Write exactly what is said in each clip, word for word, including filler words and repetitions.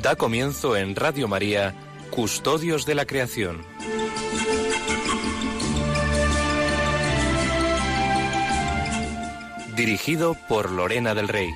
Da comienzo en Radio María, Custodios de la Creación. Dirigido por Lorena del Rey.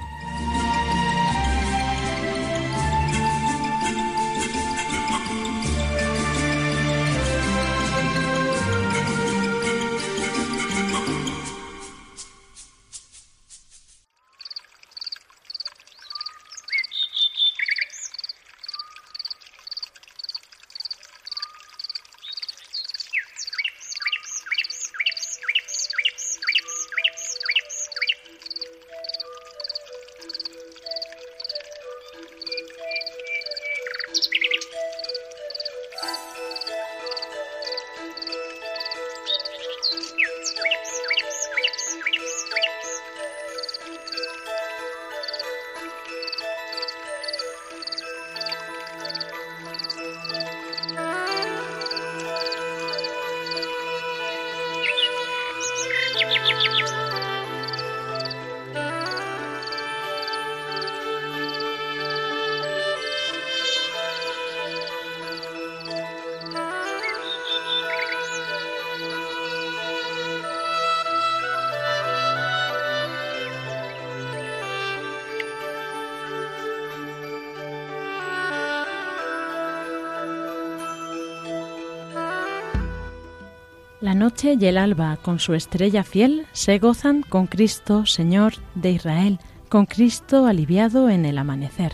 La noche y el alba, con su estrella fiel, se gozan con Cristo, Señor de Israel, con Cristo aliviado en el amanecer.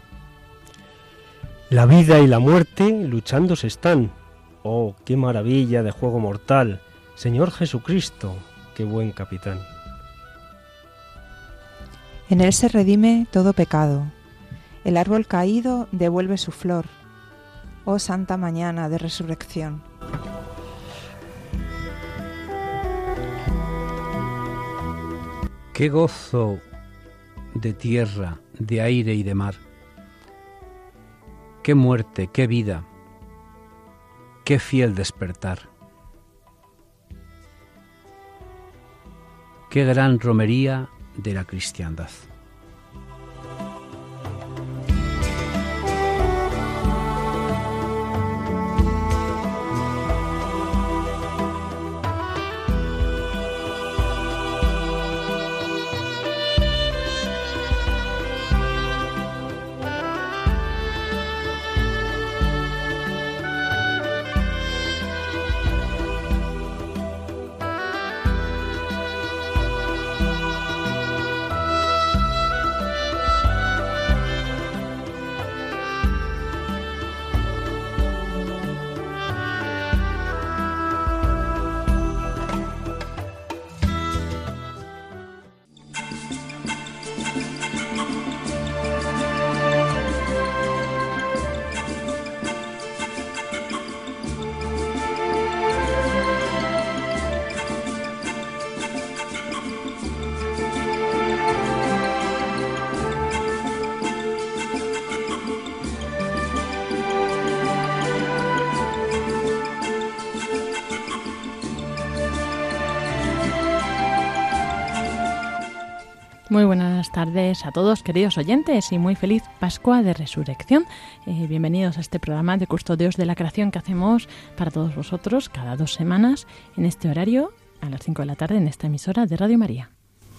La vida y la muerte luchándose están. Oh, qué maravilla de juego mortal. Señor Jesucristo, qué buen capitán. En él se redime todo pecado. El árbol caído devuelve su flor. Oh, santa mañana de resurrección. Qué gozo de tierra, de aire y de mar. Qué muerte, qué vida, qué fiel despertar. Qué gran romería de la cristiandad. Muy buenas tardes a todos, queridos oyentes, y muy feliz Pascua de Resurrección. Eh, bienvenidos a este programa de Custodios de la Creación que hacemos para todos vosotros cada dos semanas en este horario, a las cinco de la tarde, en esta emisora de Radio María.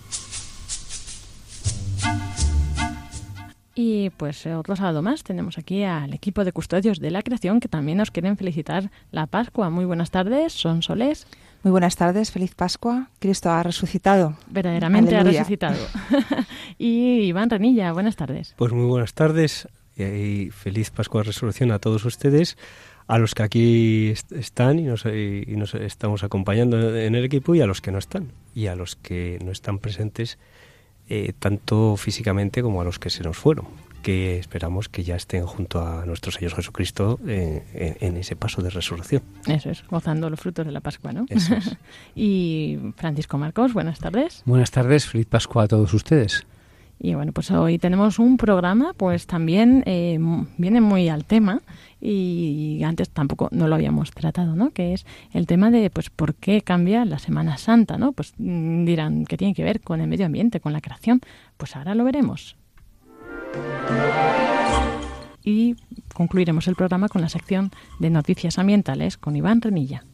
Y pues otro sábado más tenemos aquí al equipo de Custodios de la Creación que también nos quieren felicitar la Pascua. Muy buenas tardes, son Soles. Muy buenas tardes, feliz Pascua. Cristo ha resucitado. Verdaderamente Aleluya. Ha resucitado. Y Iván Renilla, buenas tardes. Pues muy buenas tardes y feliz Pascua de Resurrección a todos ustedes, a los que aquí est- están y nos, y nos estamos acompañando en el equipo, y a los que no están, y a los que no están presentes eh, tanto físicamente como a los que se nos fueron, que esperamos que ya estén junto a nuestro Señor Jesucristo eh, en, en ese paso de resurrección. Eso es, gozando los frutos de la Pascua, ¿no? Eso es. Y Francisco Marcos, buenas tardes. Buenas tardes, feliz Pascua a todos ustedes. Y bueno, pues hoy tenemos un programa, pues también eh, viene muy al tema, y antes tampoco no lo habíamos tratado, ¿no? Que es el tema de, pues, por qué cambia la Semana Santa, ¿no? Pues dirán que tiene que ver con el medio ambiente, con la creación. Pues ahora lo veremos. y concluiremos el programa con la sección de noticias ambientales con Iván Renilla.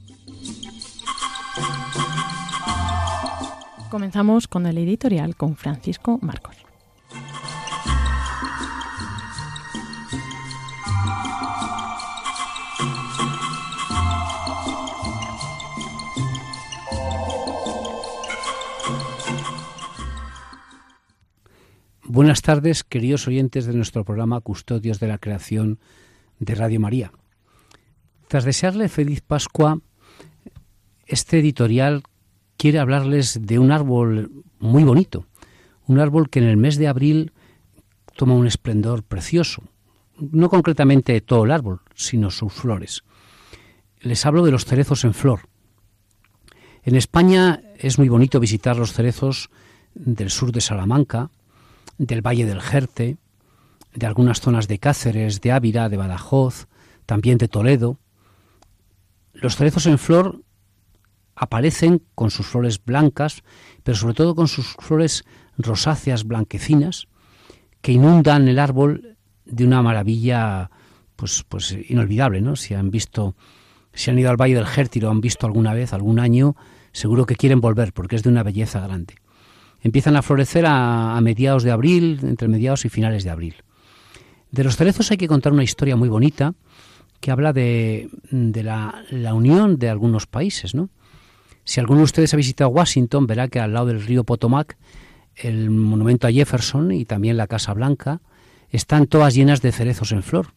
Comenzamos con el editorial con Francisco Marcos. Buenas tardes, queridos oyentes de nuestro programa Custodios de la Creación de Radio María. Tras desearle feliz Pascua, este editorial quiere hablarles de un árbol muy bonito, un árbol que en el mes de abril toma un esplendor precioso, no concretamente todo el árbol, sino sus flores. Les hablo de los cerezos en flor. En España es muy bonito visitar los cerezos del sur de Salamanca, del Valle del Jerte, de algunas zonas de Cáceres, de Ávila, de Badajoz, también de Toledo. Los cerezos en flor aparecen con sus flores blancas, pero sobre todo con sus flores rosáceas blanquecinas, que inundan el árbol de una maravilla pues, pues inolvidable, ¿no? Si han visto, si han ido al Valle del Jerte y lo han visto alguna vez, algún año, seguro que quieren volver, porque es de una belleza grande. Empiezan a florecer a, a mediados de abril, entre mediados y finales de abril. De los cerezos hay que contar una historia muy bonita que habla de, de la, la unión de algunos países, ¿no? Si alguno de ustedes ha visitado Washington, verá que al lado del río Potomac, el monumento a Jefferson y también la Casa Blanca están todas llenas de cerezos en flor.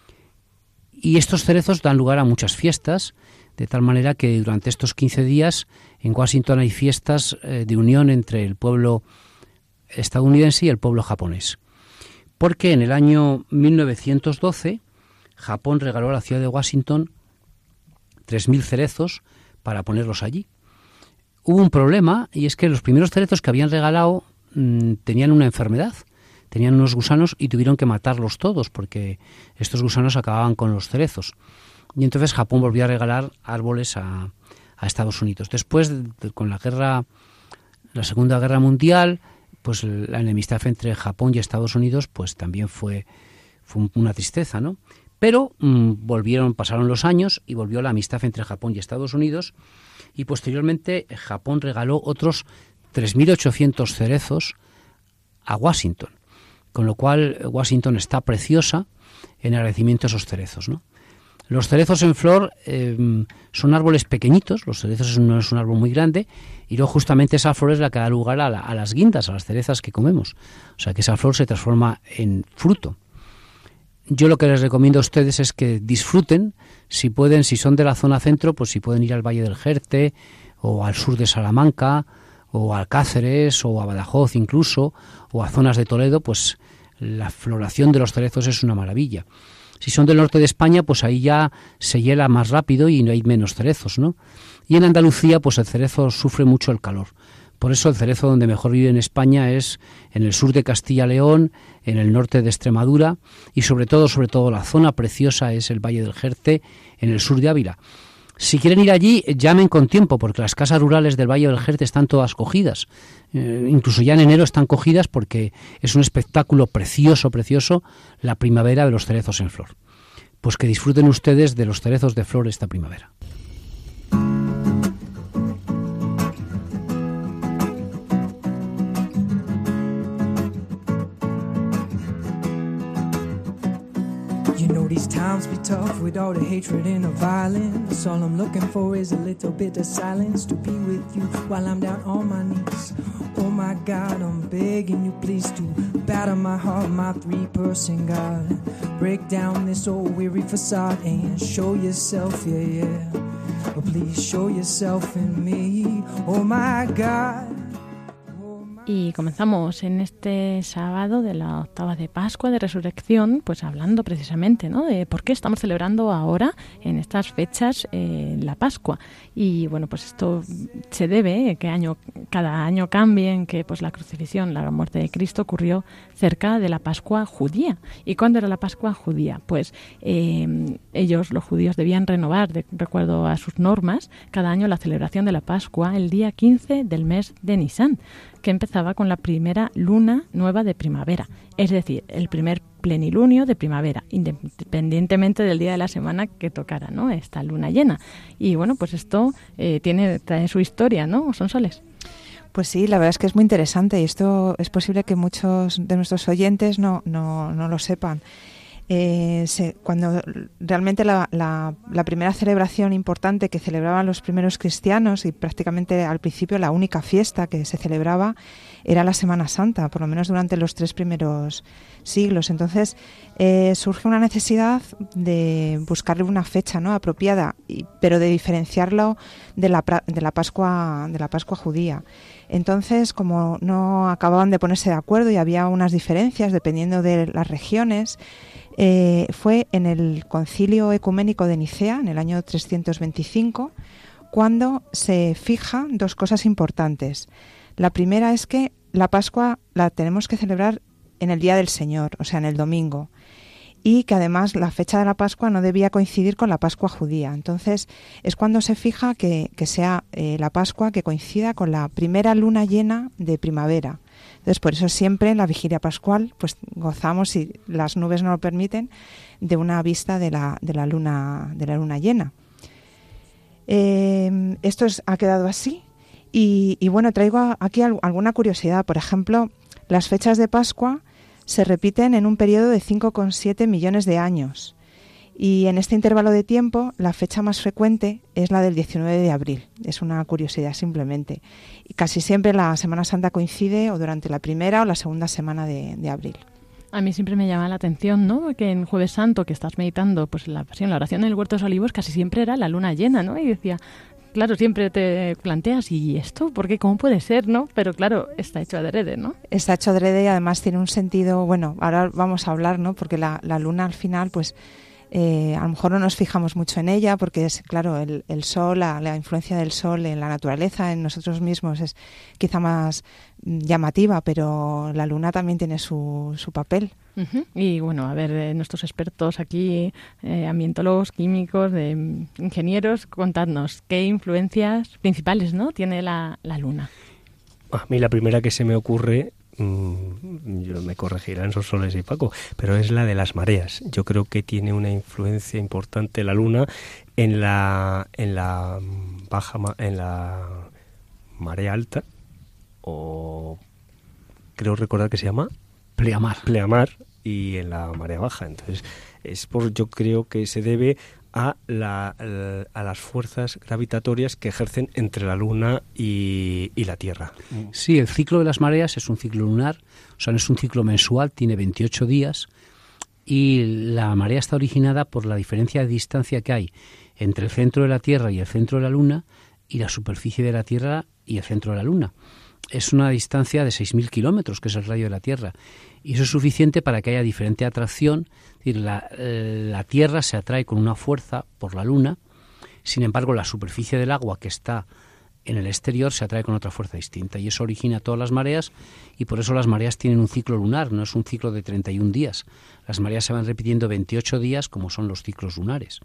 Y estos cerezos dan lugar a muchas fiestas, de tal manera que durante estos quince días en Washington hay fiestas eh, de unión entre el pueblo estadounidense y el pueblo japonés. Porque en el año mil novecientos doce, Japón regaló a la ciudad de Washington tres mil cerezos para ponerlos allí. Hubo un problema, y es que los primeros cerezos que habían regalado mmm, tenían una enfermedad, tenían unos gusanos y tuvieron que matarlos todos porque estos gusanos acababan con los cerezos. Y entonces Japón volvió a regalar árboles a, a Estados Unidos. Después, de, de, con la guerra, la Segunda Guerra Mundial, pues la enemistad entre Japón y Estados Unidos, pues también fue, fue una tristeza, ¿no? Pero mmm, volvieron, pasaron los años y volvió la amistad entre Japón y Estados Unidos, y posteriormente Japón regaló otros tres mil ochocientos cerezos a Washington, con lo cual Washington está preciosa en agradecimiento a esos cerezos, ¿no? Los cerezos en flor eh, son árboles pequeñitos, los cerezos no es un árbol muy grande, y luego justamente esa flor es la que da lugar a, la, a las guindas, a las cerezas que comemos. O sea que esa flor se transforma en fruto. Yo lo que les recomiendo a ustedes es que disfruten, si pueden, si son de la zona centro, pues si pueden ir al Valle del Jerte, o al sur de Salamanca, o a Cáceres, o a Badajoz incluso, o a zonas de Toledo, pues la floración de los cerezos es una maravilla. Si son del norte de España, pues ahí ya se hiela más rápido y no hay menos cerezos, ¿no? Y en Andalucía, pues el cerezo sufre mucho el calor. Por eso el cerezo donde mejor vive en España es en el sur de Castilla-León, en el norte de Extremadura y sobre todo, sobre todo la zona preciosa es el Valle del Jerte, en el sur de Ávila. Si quieren ir allí, llamen con tiempo, porque las casas rurales del Valle del Jerte están todas cogidas. Eh, incluso ya en enero están cogidas porque es un espectáculo precioso, precioso, la primavera de los cerezos en flor. Pues que disfruten ustedes de los cerezos de flor esta primavera. These times be tough with all the hatred and the violence. All I'm looking for is a little bit of silence to be with you while I'm down on my knees. Oh my God, I'm begging you please to batter my heart, my three-person God. Break down this old weary facade and show yourself, yeah, yeah. Oh, please show yourself in me, oh my God. Y comenzamos en este sábado de la octava de Pascua de Resurrección, pues hablando precisamente, ¿no?, de por qué estamos celebrando ahora, en estas fechas, eh, la Pascua. Y bueno, pues esto se debe, que año, cada año cambien, que pues la crucifixión, la muerte de Cristo ocurrió cerca de la Pascua judía. ¿Y cuándo era la Pascua judía? Pues eh, ellos, los judíos, debían renovar, de acuerdo a sus normas, cada año la celebración de la Pascua el día quince del mes de Nisán. que empezaba con la primera luna nueva de primavera, es decir, el primer plenilunio de primavera, independientemente del día de la semana que tocara, ¿no?, esta luna llena. Y bueno, pues esto eh, tiene trae su historia, ¿no, Sonsoles? Pues sí, la verdad es que es muy interesante y esto es posible que muchos de nuestros oyentes no, no, no lo sepan. Eh, se, cuando realmente la, la, la primera celebración importante que celebraban los primeros cristianos, y prácticamente al principio la única fiesta que se celebraba, era la Semana Santa, por lo menos durante los tres primeros siglos. Entonces eh, surge una necesidad de buscarle una fecha, ¿no?, apropiada, y, pero de diferenciarlo de la, de la Pascua, de la Pascua judía. Entonces, como no acababan de ponerse de acuerdo y había unas diferencias dependiendo de las regiones, Eh, fue en el Concilio Ecuménico de Nicea, en el año trescientos veinticinco, cuando se fijan dos cosas importantes. La primera es que la Pascua la tenemos que celebrar en el Día del Señor, o sea, en el domingo, y que además la fecha de la Pascua no debía coincidir con la Pascua judía. Entonces, es cuando se fija que, que sea eh, la Pascua que coincida con la primera luna llena de primavera. Entonces, por eso siempre en la vigilia pascual pues gozamos, si las nubes no lo permiten, de una vista de la, de la luna de la luna llena. Eh, esto es, ha quedado así y, y bueno, traigo aquí alguna curiosidad. Por ejemplo, las fechas de Pascua se repiten en un periodo de cinco coma siete millones de años. Y en este intervalo de tiempo, la fecha más frecuente es la del diecinueve de abril. Es una curiosidad simplemente. Y casi siempre la Semana Santa coincide o durante la primera o la segunda semana de, de abril. A mí siempre me llama la atención, ¿no?, que en Jueves Santo, que estás meditando pues la pasión, la oración en el Huerto de los Olivos, casi siempre era la luna llena, ¿no? Y decía, claro, siempre te planteas, ¿y esto? ¿Por qué? ¿Cómo puede ser, no? Pero claro, está hecho adrede, ¿no? Está hecho adrede y además tiene un sentido, bueno, ahora vamos a hablar, ¿no?, porque la, la luna al final, pues Eh, a lo mejor no nos fijamos mucho en ella porque es, claro, el, el sol, la, la influencia del sol en la naturaleza, en nosotros mismos, es quizá más llamativa, pero la luna también tiene su, su papel. Uh-huh. Y bueno, a ver, eh, nuestros expertos aquí, eh, ambientólogos, químicos, de, ingenieros, contadnos qué influencias principales, ¿no?, tiene la, la luna. A mí la primera que se me ocurre, yo me corregirán Sonsoles y Paco, pero es la de las mareas. Yo creo que tiene una influencia importante la luna en la en la baja en la marea alta, o creo recordar que se llama pleamar, pleamar y en la marea baja. Entonces, es por yo creo que se debe a la a las fuerzas gravitatorias que ejercen entre la Luna y, y la Tierra. Sí, el ciclo de las mareas es un ciclo lunar, o sea, no es un ciclo mensual, tiene veintiocho días, y la marea está originada por la diferencia de distancia que hay entre el centro de la Tierra y el centro de la Luna y la superficie de la Tierra y el centro de la Luna. Es una distancia de seis mil kilómetros, que es el radio de la Tierra, y eso es suficiente para que haya diferente atracción. Es decir, la, la Tierra se atrae con una fuerza por la Luna, sin embargo la superficie del agua que está en el exterior se atrae con otra fuerza distinta, y eso origina todas las mareas, y por eso las mareas tienen un ciclo lunar, no es un ciclo de treinta y un días. Las mareas se van repitiendo veintiocho días, como son los ciclos lunares.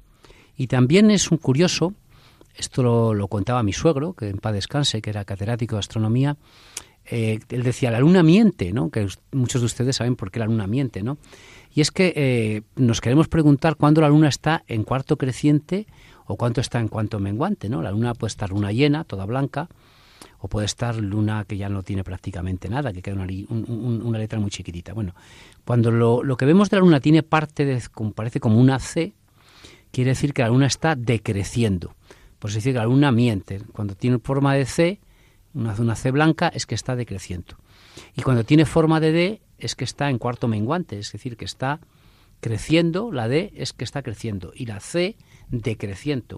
Y también es un curioso, esto lo, lo contaba mi suegro, que en paz descanse, que era catedrático de astronomía. Eh, él decía, la luna miente, ¿no?, que muchos de ustedes saben por qué la luna miente, ¿no? Y es que eh, nos queremos preguntar cuándo la luna está en cuarto creciente o cuánto está en cuarto menguante, ¿no? La luna puede estar luna llena, toda blanca, o puede estar luna que ya no tiene prácticamente nada, que queda una, un, una letra muy chiquitita. Bueno, cuando lo, lo que vemos de la luna tiene parte de, como parece como una C, quiere decir que la luna está decreciendo. Por eso decir que la luna miente. Cuando tiene forma de C, una, una C blanca, es que está decreciendo. Y cuando tiene forma de D, es que está en cuarto menguante, es decir, que está creciendo. La D es que está creciendo y la C decreciendo.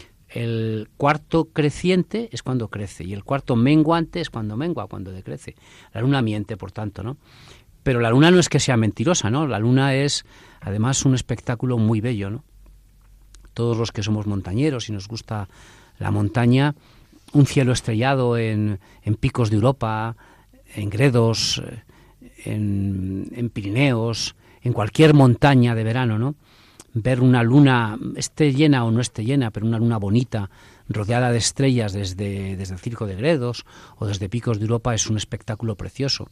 El cuarto creciente es cuando crece y el cuarto menguante es cuando mengua, cuando decrece. La luna miente, por tanto, ¿no? Pero la luna no es que sea mentirosa, ¿no? La luna es, además, un espectáculo muy bello, ¿no? Todos los que somos montañeros y nos gusta la montaña, un cielo estrellado en, en picos de Europa, en Gredos, en, en Pirineos, en cualquier montaña de verano, ¿no? ver una luna, esté llena o no esté llena, pero una luna bonita, rodeada de estrellas desde, desde el Circo de Gredos o desde Picos de Europa, es un espectáculo precioso.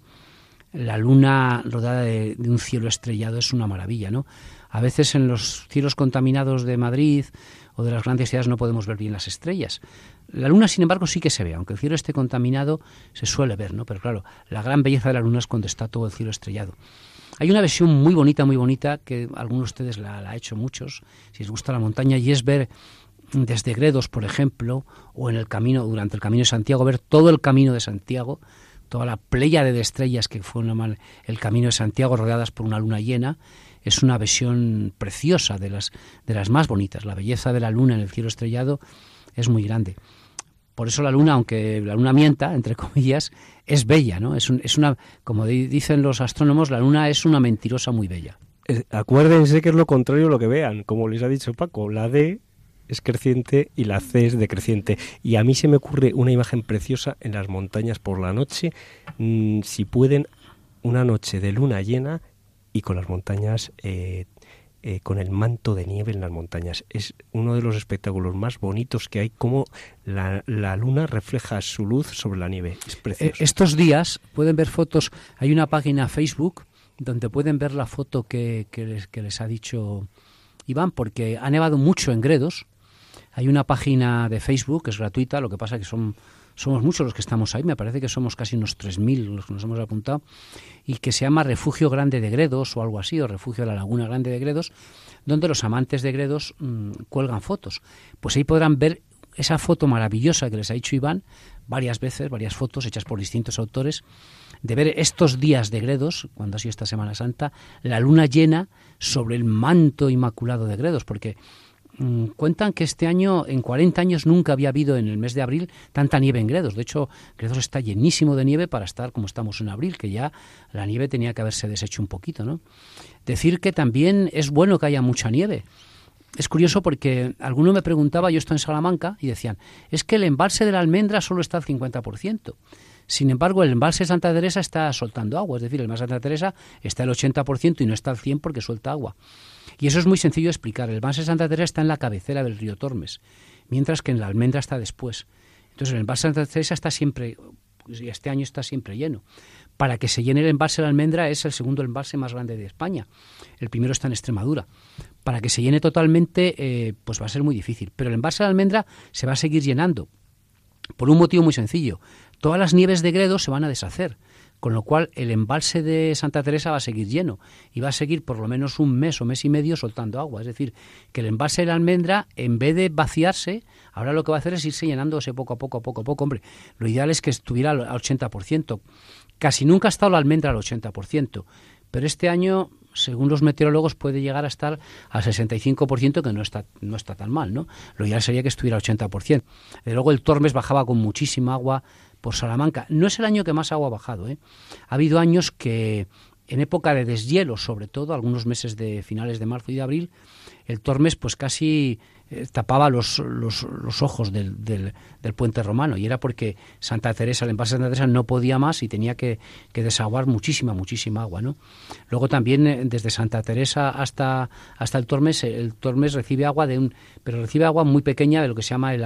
La luna rodeada de, de un cielo estrellado es una maravilla, ¿no? A veces en los cielos contaminados de Madrid o de las grandes ciudades no podemos ver bien las estrellas. La luna, sin embargo, sí que se ve, aunque el cielo esté contaminado, se suele ver, ¿no? Pero claro, la gran belleza de la luna es cuando está todo el cielo estrellado. Hay una versión muy bonita, muy bonita, que algunos de ustedes la, la ha hecho muchos, si les gusta la montaña, y es ver desde Gredos, por ejemplo, o en el camino, durante el Camino de Santiago, ver todo el Camino de Santiago, toda la pléyade de estrellas que forman el Camino de Santiago rodeadas por una luna llena. Es una visión preciosa, de las, de las más bonitas. La belleza de la luna en el cielo estrellado es muy grande. Por eso la luna, aunque la luna mienta, entre comillas, es bella, ¿no? Es, un, es una, como dicen los astrónomos, la luna es una mentirosa muy bella. Eh, acuérdense que es lo contrario a lo que vean, como les ha dicho Paco, la D es creciente y la C es decreciente. Y a mí se me ocurre una imagen preciosa en las montañas por la noche, mmm, si pueden, una noche de luna llena y con las montañas, eh, eh, con el manto de nieve en las montañas. Es uno de los espectáculos más bonitos que hay, como la, la luna refleja su luz sobre la nieve. Es precioso. Eh, estos días pueden ver fotos, hay una página Facebook donde pueden ver la foto que, que, les, que les ha dicho Iván, porque ha nevado mucho en Gredos. Hay una página de Facebook que es gratuita, lo que pasa que son somos muchos los que estamos ahí, me parece que somos casi unos tres mil los que nos hemos apuntado, y que se llama Refugio Grande de Gredos o algo así, o Refugio de la Laguna Grande de Gredos, donde los amantes de Gredos mmm, cuelgan fotos. Pues ahí podrán ver esa foto maravillosa que les ha dicho Iván, varias veces, varias fotos hechas por distintos autores, de ver estos días de Gredos, cuando ha sido esta Semana Santa, la luna llena sobre el manto inmaculado de Gredos, porque cuentan que este año, en cuarenta años, nunca había habido en el mes de abril tanta nieve en Gredos. De hecho, Gredos está llenísimo de nieve para estar como estamos en abril, que ya la nieve tenía que haberse deshecho un poquito, ¿no? Decir que también es bueno que haya mucha nieve. Es curioso porque alguno me preguntaba, yo estoy en Salamanca, y decían, es que el embalse de la Almendra solo está al cincuenta por ciento. Sin embargo, el embalse de Santa Teresa está soltando agua, es decir, el embalse de Santa Teresa está al ochenta por ciento y no está al cien por ciento porque suelta agua. Y eso es muy sencillo de explicar. El embalse de Santa Teresa está en la cabecera del río Tormes, mientras que en la Almendra está después. Entonces el embalse de Santa Teresa está siempre, y este año está siempre lleno. Para que se llene el embalse de la Almendra es el segundo embalse más grande de España. El primero está en Extremadura. Para que se llene totalmente, eh, pues va a ser muy difícil. Pero el embalse de la Almendra se va a seguir llenando, por un motivo muy sencillo. Todas las nieves de Gredos se van a deshacer, con lo cual el embalse de Santa Teresa va a seguir lleno y va a seguir por lo menos un mes o mes y medio soltando agua. Es decir, que el embalse de la Almendra, en vez de vaciarse, ahora lo que va a hacer es irse llenándose poco a poco, a poco a poco. Hombre, lo ideal es que estuviera al ochenta por ciento. Casi nunca ha estado la Almendra al ochenta por ciento, pero este año, según los meteorólogos, puede llegar a estar al sesenta y cinco por ciento, que no está, no está tan mal, ¿no? Lo ideal sería que estuviera al ochenta por ciento. De luego el Tormes bajaba con muchísima agua por Salamanca. No es el año que más agua ha bajado, ¿eh? Ha habido años que, en época de deshielo, sobre todo, algunos meses de finales de marzo y de abril, el Tormes pues casi eh, tapaba los, los, los ojos del, del, del puente romano, y era porque Santa Teresa, el embalse de Santa Teresa no podía más y tenía que, que desaguar muchísima, muchísima agua, ¿no? Luego también eh, desde Santa Teresa hasta, hasta el Tormes, el Tormes recibe agua de un, pero recibe agua muy pequeña de lo que se llama el,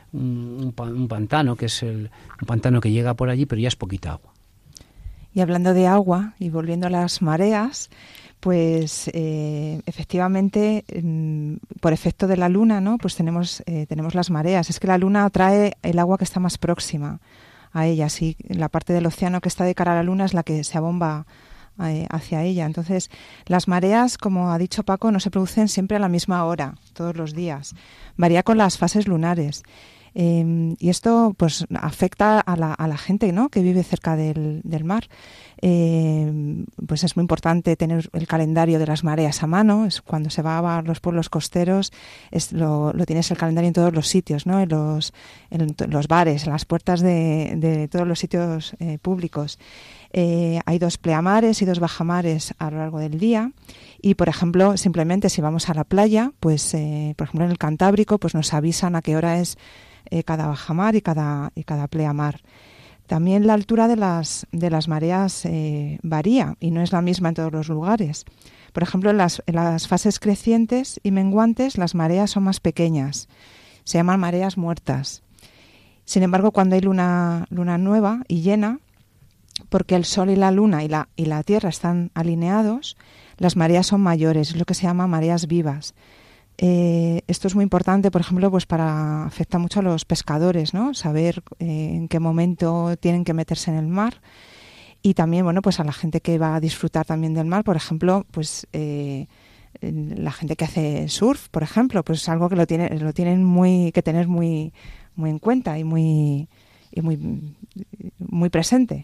un, un pantano, que es el, un pantano que llega por allí, pero ya es poquita agua. Y hablando de agua y volviendo a las mareas, pues eh, efectivamente, mm, por efecto de la luna, ¿no? Pues tenemos eh, tenemos las mareas. Es que la luna atrae el agua que está más próxima a ella. Así, la parte del océano que está de cara a la luna es la que se abomba eh, hacia ella. Entonces, las mareas, como ha dicho Paco, no se producen siempre a la misma hora, todos los días. Varía con las fases lunares. Eh, y esto pues afecta a la, a la gente, ¿no?, que vive cerca del, del mar. Eh, pues es muy importante tener el calendario de las mareas a mano. Es cuando se va a los pueblos costeros, es lo, lo tienes el calendario en todos los sitios, ¿no?, en los, en los bares, en las puertas de, de todos los sitios eh, públicos. Eh, hay dos pleamares y dos bajamares a lo largo del día, y por ejemplo, simplemente si vamos a la playa, pues eh, por ejemplo en el Cantábrico, pues nos avisan a qué hora es eh, cada bajamar y cada y cada pleamar. También la altura de las de las mareas eh, varía y no es la misma en todos los lugares. Por ejemplo, en las, en las fases crecientes y menguantes las mareas son más pequeñas, se llaman mareas muertas. Sin embargo, cuando hay luna, luna nueva y llena, porque el Sol y la Luna y la, y la Tierra están alineados, las mareas son mayores, es lo que se llama mareas vivas. Eh, esto es muy importante, por ejemplo, pues para afecta mucho a los pescadores, ¿no? Saber eh, en qué momento tienen que meterse en el mar, y también, bueno, pues a la gente que va a disfrutar también del mar, por ejemplo, pues eh, la gente que hace surf, por ejemplo, pues es algo que lo tiene, lo tienen muy que tener muy muy en cuenta y muy y muy muy presente.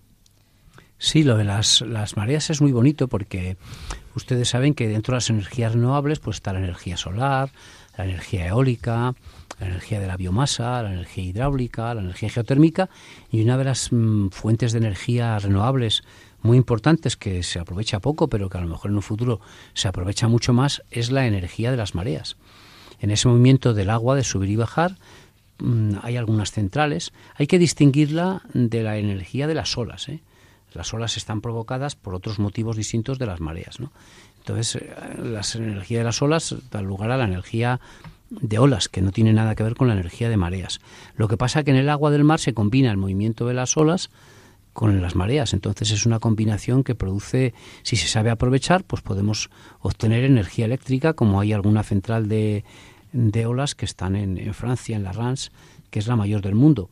Sí, lo de las, las mareas es muy bonito porque ustedes saben que dentro de las energías renovables pues está la energía solar, la energía eólica, la energía de la biomasa, la energía hidráulica, la energía geotérmica, y una de las mmm, fuentes de energía renovables muy importantes que se aprovecha poco, pero que a lo mejor en un futuro se aprovecha mucho más, es la energía de las mareas. En ese movimiento del agua de subir y bajar mmm, hay algunas centrales. Hay que distinguirla de la energía de las olas, ¿eh? Las olas están provocadas por otros motivos distintos de las mareas, ¿no? Entonces, la energía de las olas da lugar a la energía de olas, que no tiene nada que ver con la energía de mareas. Lo que pasa es que en el agua del mar se combina el movimiento de las olas con las mareas. Entonces es una combinación que produce, si se sabe aprovechar, pues podemos obtener energía eléctrica, como hay alguna central de, de olas que están en, en Francia, en la Rance, que es la mayor del mundo.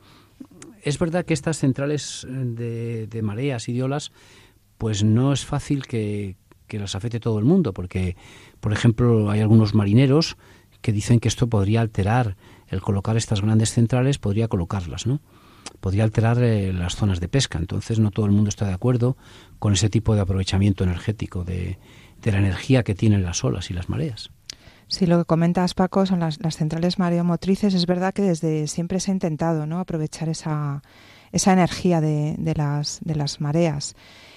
Es verdad que estas centrales de, de mareas y de olas, pues no es fácil que, que las afecte todo el mundo, porque, por ejemplo, hay algunos marineros que dicen que esto podría alterar, el colocar estas grandes centrales podría colocarlas, ¿no? Podría alterar eh, las zonas de pesca. Entonces no todo el mundo está de acuerdo con ese tipo de aprovechamiento energético de, de la energía que tienen las olas y las mareas. Sí, lo que comentas, Paco, son las, las centrales mareomotrices. Es verdad que desde siempre se ha intentado, ¿no?, aprovechar esa, esa energía de, de, las, de las mareas.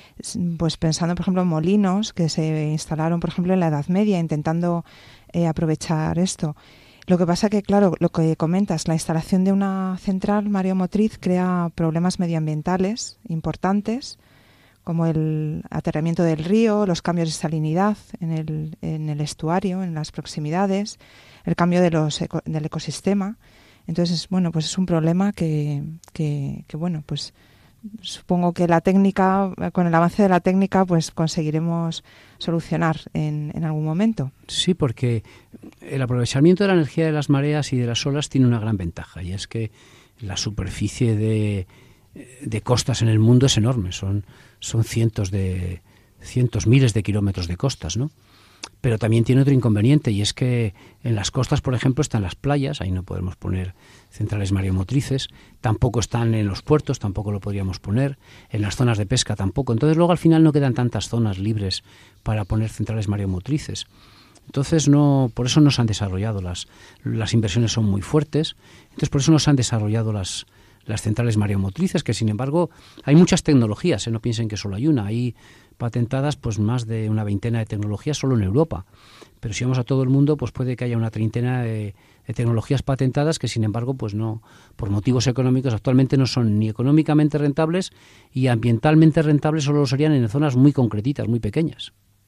Pues pensando, por ejemplo, en molinos que se instalaron, por ejemplo, en la Edad Media, intentando eh, aprovechar esto. Lo que pasa que, claro, lo que comentas, la instalación de una central mareomotriz crea problemas medioambientales importantes, como el aterramiento del río, los cambios de salinidad en el, en el estuario, en las proximidades, el cambio de los eco, del ecosistema. Entonces, bueno, pues es un problema que, que, que, bueno, pues supongo que la técnica, con el avance de la técnica, pues conseguiremos solucionar en, en algún momento. Sí, porque el aprovechamiento de la energía de las mareas y de las olas tiene una gran ventaja, y es que la superficie de, de costas en el mundo es enorme, son, son cientos de cientos, miles de kilómetros de costas, ¿no? Pero también tiene otro inconveniente, y es que en las costas, por ejemplo, están las playas, ahí no podemos poner centrales mareomotrices, tampoco están en los puertos, tampoco lo podríamos poner, en las zonas de pesca tampoco. Entonces luego al final no quedan tantas zonas libres para poner centrales mareomotrices. Entonces no, por eso no se han desarrollado las, las inversiones son muy fuertes, entonces por eso no se han desarrollado las, las centrales mareomotrices, que sin embargo hay muchas tecnologías, ¿eh? No piensen que solo hay una, hay patentadas pues más de una veintena de tecnologías solo en Europa, pero si vamos a todo el mundo pues puede que haya una treintena de, de tecnologías patentadas que sin embargo pues no, por motivos económicos actualmente no son ni económicamente rentables, y ambientalmente rentables solo lo serían en zonas muy concretitas, muy pequeñas.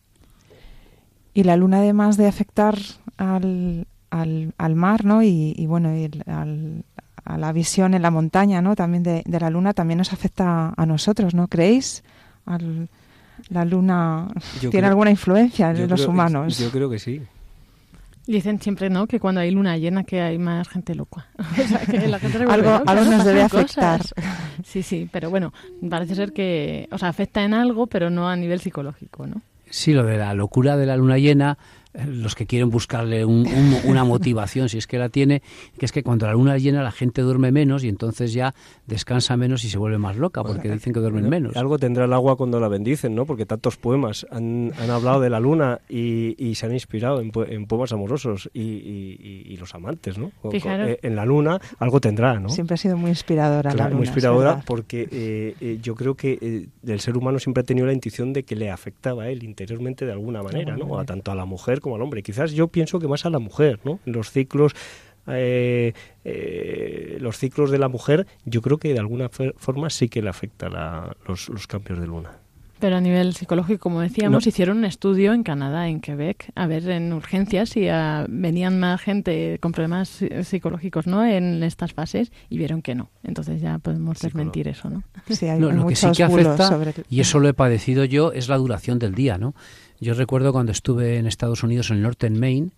Y la luna, además de afectar al, al, al mar, ¿no?, y, y bueno, y el, al, a la visión en la montaña, ¿no?, también de, de la luna, también nos afecta a nosotros, ¿no creéis? Al, la luna yo tiene creo, alguna influencia en los creo, humanos. Yo creo que sí. Dicen siempre, ¿no?, que cuando hay luna llena que hay más gente loca. O sea, que la gente algo, loca, algo nos debe cosas. afectar. Sí, sí, pero bueno, parece ser que, o sea, afecta en algo, pero no a nivel psicológico, ¿no? Sí, lo de la locura de la luna llena, los que quieren buscarle un, un, una motivación, si es que la tiene, que es que cuando la luna llena la gente duerme menos y entonces ya descansa menos y se vuelve más loca, porque dicen que duermen menos. Algo tendrá el agua cuando la bendicen, ¿no? Porque tantos poemas han, han hablado de la luna y, y se han inspirado en, en poemas amorosos y, y, y los amantes, ¿no? Fijaros. En la luna algo tendrá, ¿no? Siempre ha sido muy inspiradora claro, la luna. Muy inspiradora porque eh, eh, yo creo que eh, el ser humano siempre ha tenido la intuición de que le afectaba a él interiormente de alguna manera, ¿no? A tanto a la mujer como al hombre. Quizás yo pienso que más a la mujer, ¿no? Los ciclos, eh, eh, los ciclos de la mujer, yo creo que de alguna forma sí que le afecta la, los, los cambios de luna. Pero a nivel psicológico, como decíamos, no. hicieron un estudio en Canadá, en Quebec, a ver en urgencias si a, venían más gente con problemas psicológicos, ¿no?, en estas fases, y vieron que no. Entonces ya podemos desmentir eso, ¿no? Sí, hay no, lo que sí que afecta, sobre el... y eso lo he padecido yo, es la duración del día, ¿no? Yo recuerdo cuando estuve en Estados Unidos, en el norte, en Maine,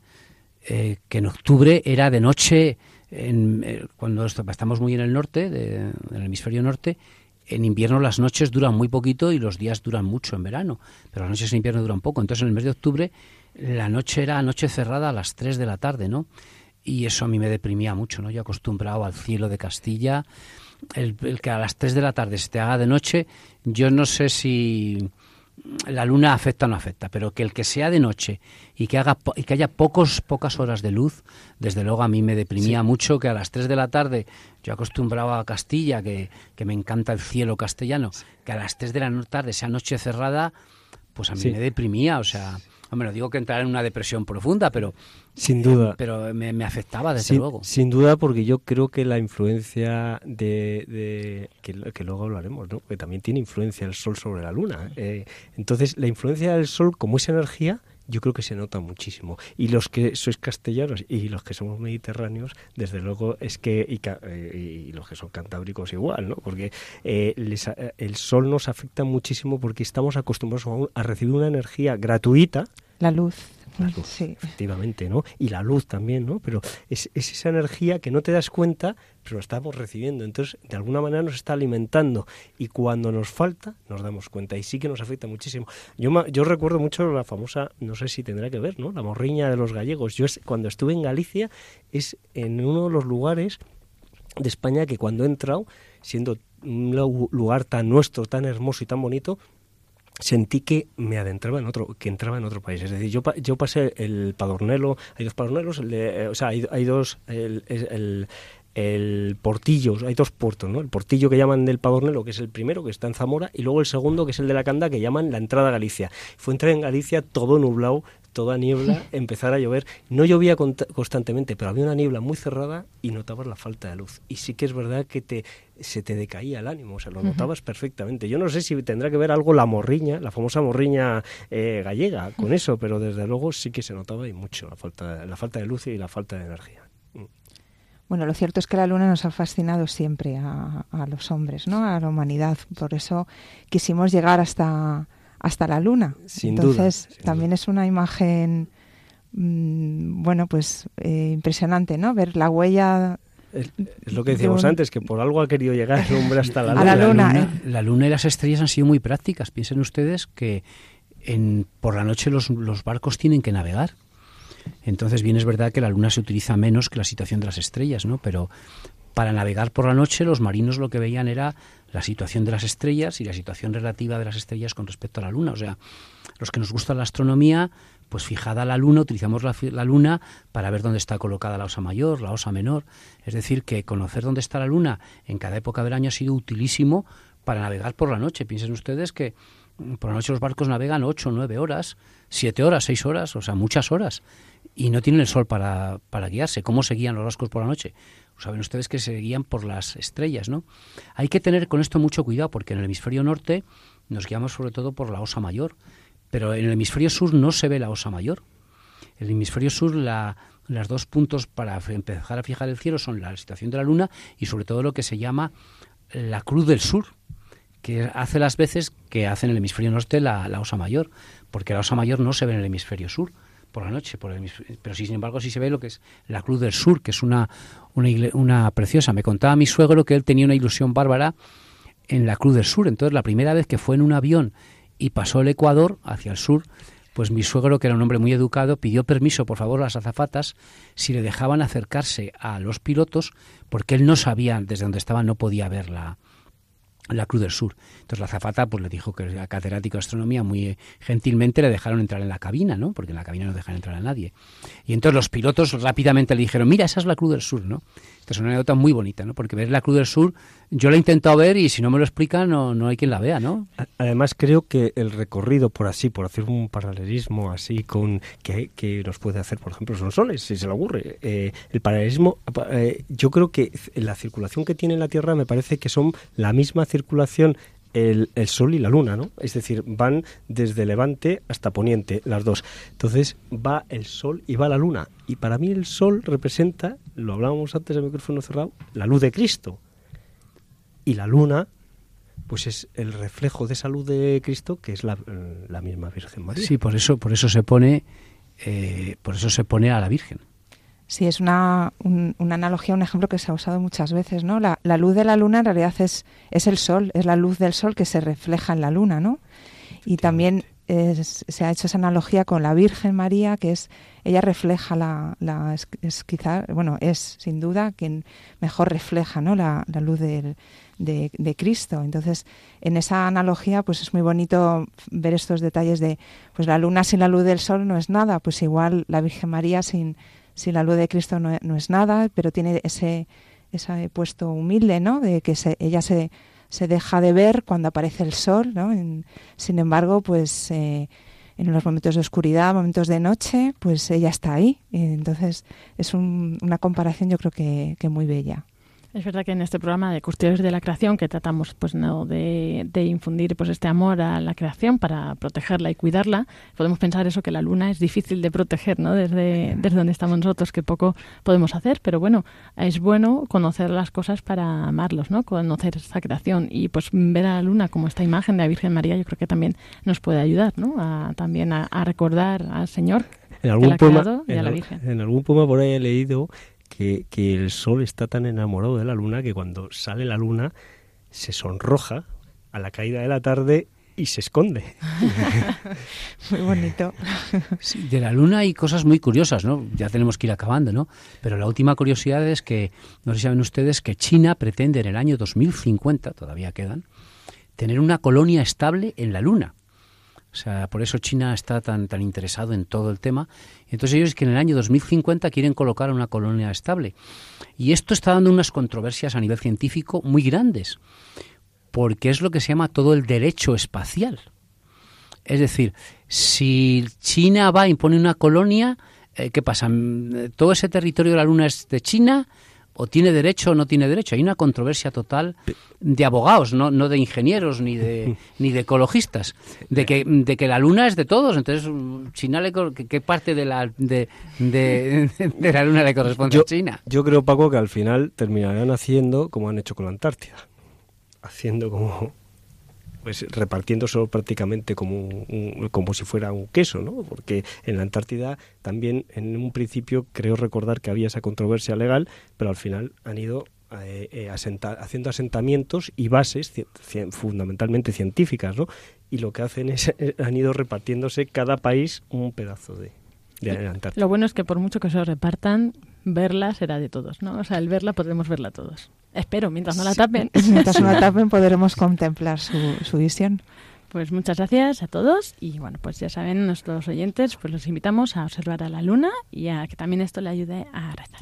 eh, que en octubre era de noche, en, eh, cuando estamos muy en el norte, de, en el hemisferio norte. En invierno las noches duran muy poquito y los días duran mucho en verano, pero las noches en invierno duran poco. Entonces en el mes de octubre la noche era noche cerrada a las tres de la tarde, ¿no? Y eso a mí me deprimía mucho, ¿no? Yo acostumbrado al cielo de Castilla, el, el que a las tres de la tarde se te haga de noche, yo no sé si la luna afecta o no afecta, pero que el que sea de noche y que haga y que haya pocos pocas horas de luz, desde luego a mí me deprimía sí. mucho, que a las tres de la tarde, yo acostumbrado a Castilla, que, que me encanta el cielo castellano, sí. que a las tres de la tarde sea noche cerrada, pues a mí sí. me deprimía, o sea, hombre, no digo que entrar en una depresión profunda, pero sin duda, eh, pero me, me afectaba desde sin, luego. Sin duda, porque yo creo que la influencia de, de que, que luego hablaremos, ¿no?, que también tiene influencia el sol sobre la luna. Eh, entonces, la influencia del sol, como esa energía, yo creo que se nota muchísimo. Y los que sois castellanos y los que somos mediterráneos, desde luego es que, y, y los que son cantábricos igual, ¿no? Porque eh, les, el sol nos afecta muchísimo porque estamos acostumbrados a, un, a recibir una energía gratuita. La luz. La luz, sí. efectivamente, ¿no? Y la luz también, ¿no? Pero es, es esa energía que no te das cuenta, pero la estamos recibiendo. Entonces, de alguna manera nos está alimentando. Y cuando nos falta, nos damos cuenta. Y sí que nos afecta muchísimo. Yo, yo recuerdo mucho la famosa, no sé si tendrá que ver, ¿no?, la morriña de los gallegos. Yo es, cuando estuve en Galicia, es en uno de los lugares de España que cuando he entrado, siendo un lugar tan nuestro, tan hermoso y tan bonito, sentí que me adentraba en otro, que entraba en otro país. Es decir, yo yo pasé el Padornelo, hay dos Padornelos, el de, o sea, hay, hay dos, el, el, el Portillo, hay dos puertos, ¿no? El Portillo que llaman del Padornelo, que es el primero, que está en Zamora, y luego el segundo, que es el de la Canda, que llaman la entrada a Galicia. Fue entrar en Galicia todo nublado, toda niebla, empezar a llover. No llovía constantemente, pero había una niebla muy cerrada y notabas la falta de luz. Y sí que es verdad que te se te decaía el ánimo, o sea, lo notabas uh-huh. perfectamente. Yo no sé si tendrá que ver algo la morriña, la famosa morriña eh, gallega, con eso, pero desde luego sí que se notaba y mucho la falta, la falta de luz y la falta de energía. Bueno, lo cierto es que la luna nos ha fascinado siempre a, a los hombres, ¿no?, a la humanidad. Por eso quisimos llegar hasta, hasta la luna. Sin Entonces, duda, sin también duda. Es una imagen, mmm, bueno, pues eh, impresionante, ¿no? Ver la huella. Es, es lo que decíamos un... antes, que por algo ha querido llegar el hombre hasta la luna. A la luna, la, luna eh. la luna y las estrellas han sido muy prácticas. Piensen ustedes que en, por la noche los, los barcos tienen que navegar. Entonces, bien es verdad que la luna se utiliza menos que la situación de las estrellas, ¿no? Pero para navegar por la noche los marinos lo que veían era la situación de las estrellas y la situación relativa de las estrellas con respecto a la luna. O sea, los que nos gusta la astronomía, pues fijada la luna, utilizamos la, la luna para ver dónde está colocada la osa mayor, la osa menor. Es decir, que conocer dónde está la luna en cada época del año ha sido utilísimo para navegar por la noche. Piensen ustedes que por la noche los barcos navegan ocho, nueve horas, siete horas, seis horas, o sea, muchas horas, y no tienen el sol para, para guiarse. ¿Cómo se guían los barcos por la noche? Saben ustedes que se guían por las estrellas, ¿no? Hay que tener con esto mucho cuidado, porque en el hemisferio norte nos guiamos sobre todo por la osa mayor, pero en el hemisferio sur no se ve la osa mayor. En el hemisferio sur la, los dos puntos para empezar a fijar el cielo son la situación de la luna y sobre todo lo que se llama la cruz del sur, que hace las veces que hace en el hemisferio norte la, la osa mayor, porque la osa mayor no se ve en el hemisferio sur por la noche, por el pero sí, sin embargo sí se ve lo que es la cruz del sur, que es una, una, una preciosa. Me contaba mi suegro que él tenía una ilusión bárbara en la cruz del sur. Entonces la primera vez que fue en un avión y pasó el Ecuador hacia el sur, pues mi suegro, que era un hombre muy educado, pidió permiso, por favor, a las azafatas si le dejaban acercarse a los pilotos, porque él no sabía, desde donde estaba no podía ver la la Cruz del Sur. Entonces la azafata pues le dijo que era catedrático de astronomía, muy gentilmente le dejaron entrar en la cabina, ¿no? Porque en la cabina no dejan entrar a nadie. Y entonces los pilotos rápidamente le dijeron, mira, esa es la Cruz del Sur, ¿no? Entonces es una anécdota muy bonita, ¿no? Porque ver la Cruz del Sur, yo la he intentado ver y si no me lo explican no, no hay quien la vea, ¿no? Además creo que el recorrido, por así, por hacer un paralelismo así con que, que nos puede hacer, por ejemplo, son soles, si se le ocurre. Eh, el paralelismo, eh, yo creo que la circulación que tiene la Tierra me parece que son la misma circulación el, el Sol y la Luna, ¿no? Es decir, van desde Levante hasta Poniente, las dos. Entonces va el Sol y va la Luna. Y para mí el Sol representa, lo hablábamos antes del micrófono cerrado, la luz de Cristo. Y la Luna, pues es el reflejo de esa luz de Cristo, que es la, la misma Virgen María. Sí, por eso, por eso se pone, eh, por eso se pone a la Virgen. Sí, es una, un, una analogía, un ejemplo que se ha usado muchas veces, ¿no? La, la luz de la luna en realidad es, es el sol, es la luz del sol que se refleja en la luna, ¿no? Y también es, se ha hecho esa analogía con la Virgen María, que es, ella refleja la, la es, es quizá, bueno, es sin duda quien mejor refleja, ¿no? La, la luz del, de, de Cristo. Entonces, en esa analogía, pues es muy bonito ver estos detalles de, pues la luna sin la luz del sol no es nada, pues igual la Virgen María sin Si la luz de Cristo no, no es nada, pero tiene ese, ese puesto humilde, ¿no? De que se, ella se, se deja de ver cuando aparece el sol, ¿no? En, sin embargo, pues eh, en los momentos de oscuridad, momentos de noche, pues ella está ahí. Entonces es un, una comparación yo creo que, que muy bella. Es verdad que en este programa de Custodios de la Creación, que tratamos pues no de, de infundir pues este amor a la creación para protegerla y cuidarla, podemos pensar eso, que la luna es difícil de proteger, ¿no? Desde, desde donde estamos nosotros, que poco podemos hacer, pero bueno, es bueno conocer las cosas para amarlos, ¿no? Conocer esta creación y pues ver a la luna como esta imagen de la Virgen María, yo creo que también nos puede ayudar, ¿no? A, también a, a recordar al Señor, en algún que la ha poema, creado, y en a la al, Virgen. En algún poema por ahí he leído Que, que el sol está tan enamorado de la luna que cuando sale la luna se sonroja a la caída de la tarde y se esconde. Muy bonito. Sí, de la luna hay cosas muy curiosas, ¿no? Ya tenemos que ir acabando, ¿no? Pero la última curiosidad es que, no sé si saben ustedes, que China pretende en el año dos mil cincuenta, todavía quedan, tener una colonia estable en la luna. O sea, por eso China está tan tan interesado en todo el tema. Entonces ellos que en el año dos mil cincuenta quieren colocar una colonia estable. Y esto está dando unas controversias a nivel científico muy grandes, porque es lo que se llama todo el derecho espacial. Es decir, si China va e impone una colonia, eh, ¿qué pasa? ¿Todo ese territorio de la Luna es de China? ¿O tiene derecho o no tiene derecho? Hay una controversia total de abogados, no, no de ingenieros ni de ni de ecologistas, de que de que la Luna es de todos. Entonces, China le, ¿qué parte de la de, de, de la Luna le corresponde yo, a China? Yo creo, Paco, que al final terminarán haciendo como han hecho con la Antártida, haciendo como pues repartiéndose prácticamente como un, como si fuera un queso, ¿no? Porque en la Antártida también en un principio creo recordar que había esa controversia legal, pero al final han ido eh, eh, asenta, haciendo asentamientos y bases ci, ci, fundamentalmente científicas, ¿no? Y lo que hacen es eh, han ido repartiéndose cada país un pedazo de, de la Antártida. Lo bueno es que por mucho que se repartan, verla será de todos, ¿no? O sea, el verla podremos verla todos. Espero, mientras no la tapen. Mientras no la tapen podremos contemplar su, su visión. Pues muchas gracias a todos y bueno, pues ya saben nuestros oyentes, pues los invitamos a observar a la luna y a que también esto le ayude a rezar.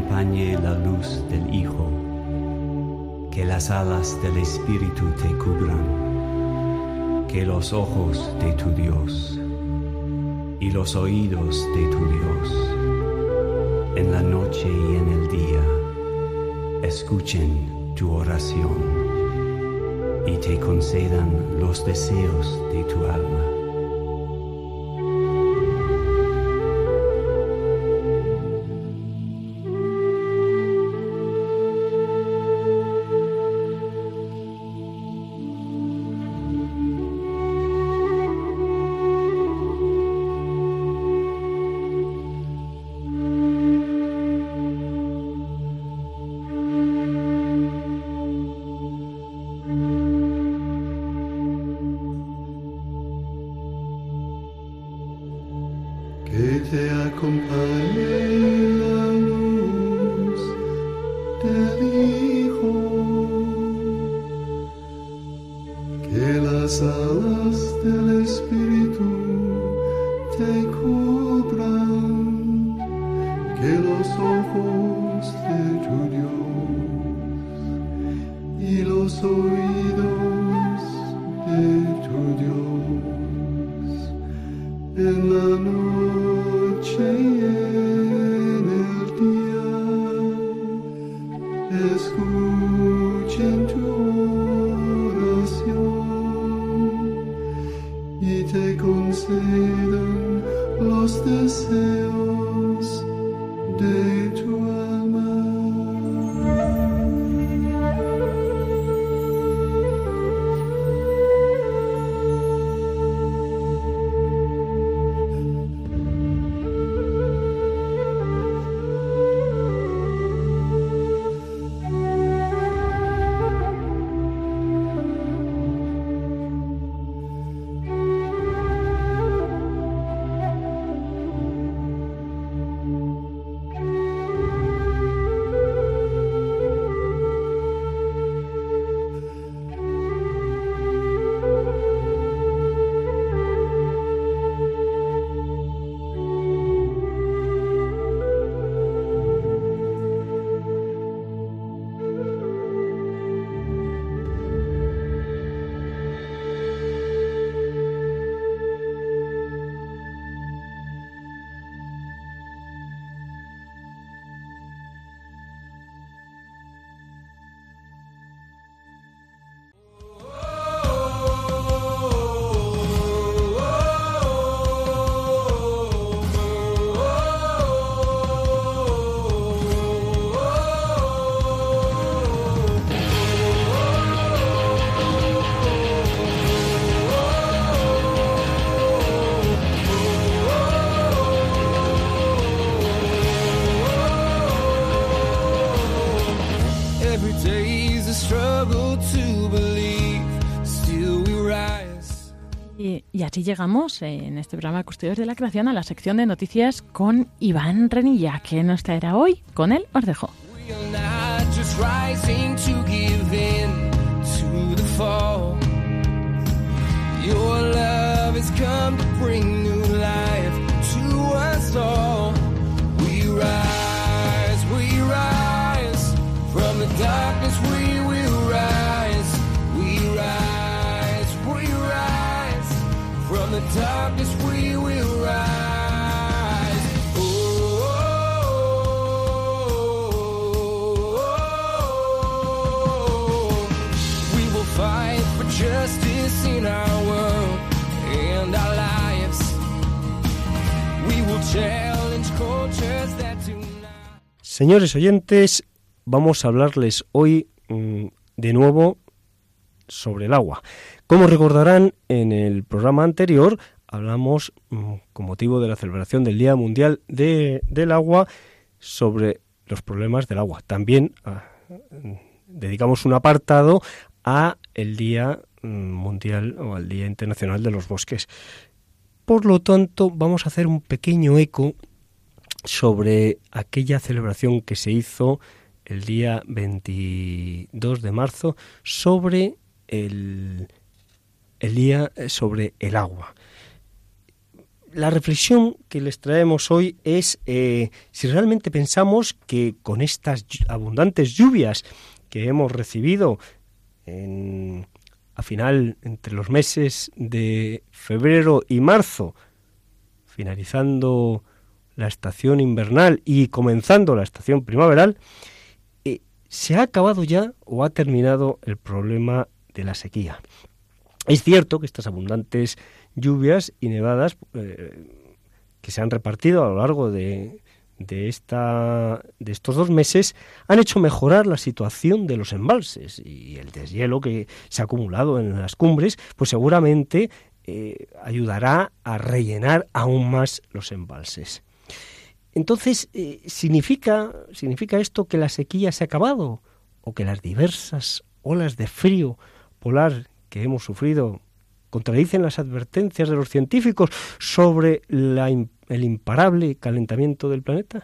acompañe la luz del Hijo, que las alas del Espíritu te cubran, que los ojos de tu Dios y los oídos de tu Dios, en la noche y en el día, escuchen tu oración y te concedan los deseos de tu alma. Que te acompañe la luz del Hijo, que las alas del Espíritu te cubran, que los ojos de tu Dios y los oídos de tu Dios en la noche y en el día escuchen tu oración y te concedan los deseos de tu alma. Y, y así llegamos eh, en este programa de Custodios de la Creación a la sección de noticias con Iván Renilla, que nos traerá hoy. Con él os dejo. Darkness we will rise. Oh, oh, oh, oh. We will fight for justice in our world and our lives. We will challenge cultures that do not. Señores oyentes, vamos a hablarles hoy mmm, de nuevo sobre el agua. Como recordarán, en el programa anterior hablamos, con motivo de la celebración del Día Mundial de, del Agua, sobre los problemas del agua. También a, dedicamos un apartado a el Día Mundial o al Día Internacional de los Bosques. Por lo tanto, vamos a hacer un pequeño eco sobre aquella celebración que se hizo el día veintidós de marzo sobre el... el día sobre el agua. la reflexión que les traemos hoy es eh, si realmente pensamos que con estas abundantes lluvias que hemos recibido en, a final entre los meses de febrero y marzo, finalizando la estación invernal y comenzando la estación primaveral, eh, ¿se ha acabado ya o ha terminado el problema de la sequía? Es cierto que estas abundantes lluvias y nevadas eh, que se han repartido a lo largo de, de, esta, de estos dos meses han hecho mejorar la situación de los embalses, y el deshielo que se ha acumulado en las cumbres pues seguramente eh, ayudará a rellenar aún más los embalses. Entonces, eh, ¿significa, ¿significa esto que la sequía se ha acabado o que las diversas olas de frío polar que hemos sufrido contradicen las advertencias de los científicos sobre la, el imparable calentamiento del planeta?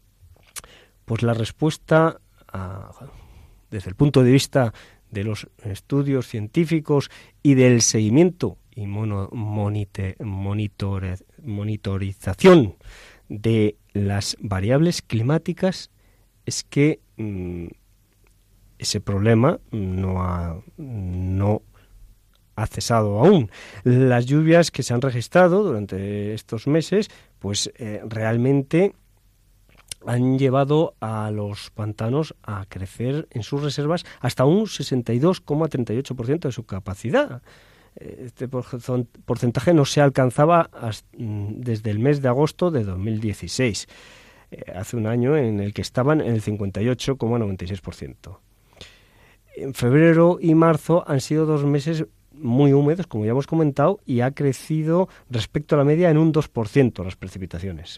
Pues la respuesta, a, desde el punto de vista de los estudios científicos y del seguimiento y mono, monite, monitore, monitorización de las variables climáticas, es que mmm, ese problema no ha, no ha cesado aún. Las lluvias que se han registrado durante estos meses, pues eh, realmente han llevado a los pantanos a crecer en sus reservas hasta un sesenta y dos coma treinta y ocho por ciento de su capacidad. Este porcentaje no se alcanzaba hasta, desde el mes de agosto de dos mil dieciséis, eh, hace un año en el que estaban en el cincuenta y ocho coma noventa y seis por ciento. En febrero y marzo han sido dos meses muy húmedos, como ya hemos comentado, y ha crecido respecto a la media en un dos por ciento las precipitaciones.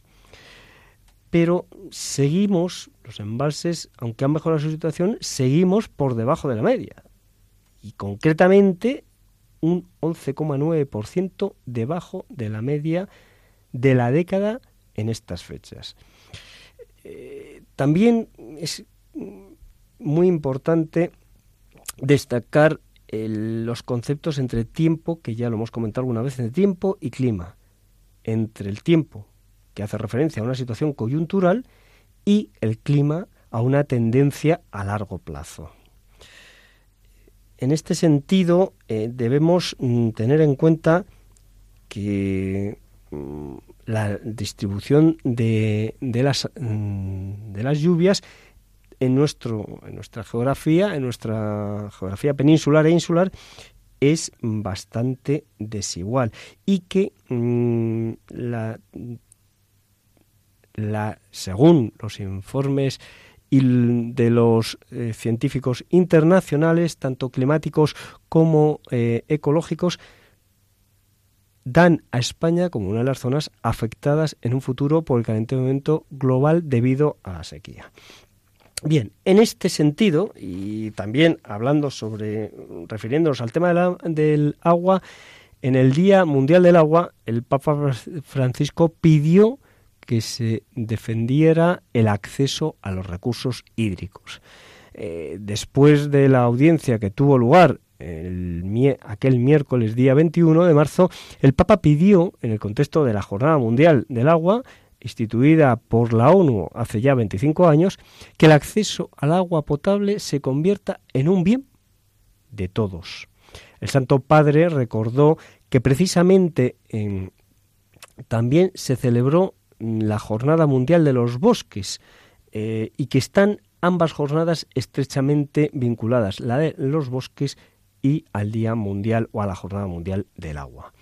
Pero seguimos, los embalses, aunque han mejorado su situación, seguimos por debajo de la media. Y concretamente un once coma nueve por ciento debajo de la media de la década en estas fechas. Eh, también es muy importante destacar el, los conceptos entre tiempo, que ya lo hemos comentado alguna vez, entre tiempo y clima. Entre el tiempo, que hace referencia a una situación coyuntural, y el clima, a una tendencia a largo plazo. En este sentido, eh, debemos mm, tener en cuenta que mm, la distribución de, de, las, mm, de las lluvias en, nuestro, en nuestra geografía, en nuestra geografía peninsular e insular, es bastante desigual, y que mmm, la, la, según los informes y de los eh, científicos internacionales, tanto climáticos como eh, ecológicos, dan a España como una de las zonas afectadas en un futuro por el calentamiento global debido a la sequía. Bien, en este sentido, y también hablando sobre, refiriéndonos al tema de la, del agua, en el Día Mundial del Agua, el Papa Francisco pidió que se defendiera el acceso a los recursos hídricos. Eh, después de la audiencia que tuvo lugar el, aquel miércoles día veintiuno de marzo, el Papa pidió, en el contexto de la Jornada Mundial del Agua, instituida por la ONU hace ya veinticinco años, que el acceso al agua potable se convierta en un bien de todos. El Santo Padre recordó que precisamente en, también se celebró la Jornada Mundial de los Bosques, eh, y que están ambas jornadas estrechamente vinculadas, la de los bosques y al Día Mundial o a la Jornada Mundial del Agua.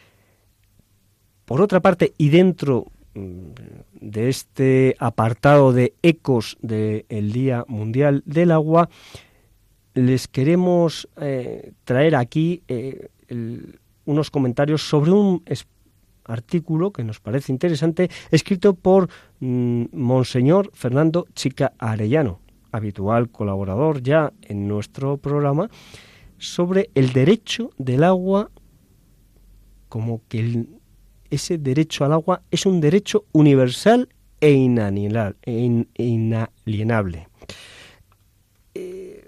Por otra parte, y dentro de este apartado de ecos del Día Mundial del Agua, les queremos eh, traer aquí eh, el, unos comentarios sobre un artículo que nos parece interesante, escrito por mmm, Monseñor Fernando Chica Arellano, habitual colaborador ya en nuestro programa, sobre el derecho del agua, como que el, ese derecho al agua es un derecho universal e inalienable. E inalienable. Eh,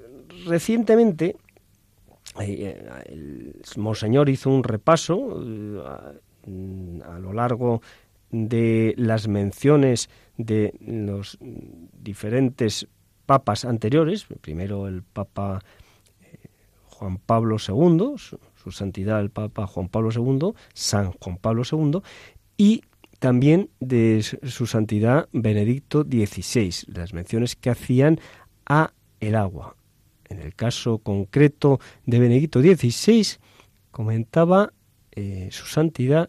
recientemente, eh, el Monseñor hizo un repaso eh, a lo largo de las menciones de los diferentes papas anteriores, primero el Papa Juan Pablo segundo, su, su santidad el Papa Juan Pablo segundo, San Juan Pablo segundo, y también de su santidad Benedicto dieciséis, las menciones que hacían a el agua. En el caso concreto de Benedicto dieciséis, comentaba eh, su santidad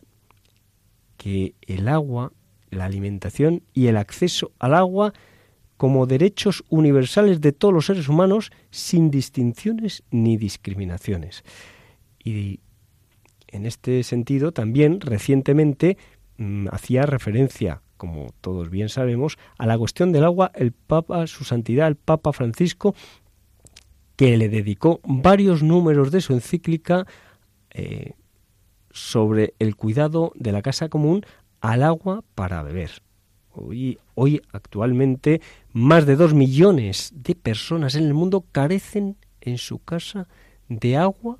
que el agua, la alimentación y el acceso al agua como derechos universales de todos los seres humanos sin distinciones ni discriminaciones. Y en este sentido también recientemente mmm, hacía referencia, como todos bien sabemos, a la cuestión del agua el Papa, su santidad el Papa Francisco, que le dedicó varios números de su encíclica eh, sobre el cuidado de la casa común al agua para beber. Hoy, hoy actualmente más de dos millones de personas en el mundo carecen en su casa de agua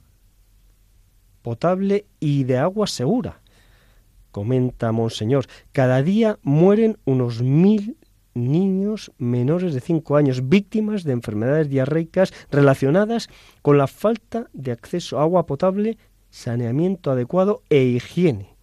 potable y de agua segura. Comenta Monseñor, cada día mueren unos mil niños menores de cinco años víctimas de enfermedades diarreicas relacionadas con la falta de acceso a agua potable, saneamiento adecuado e higiene.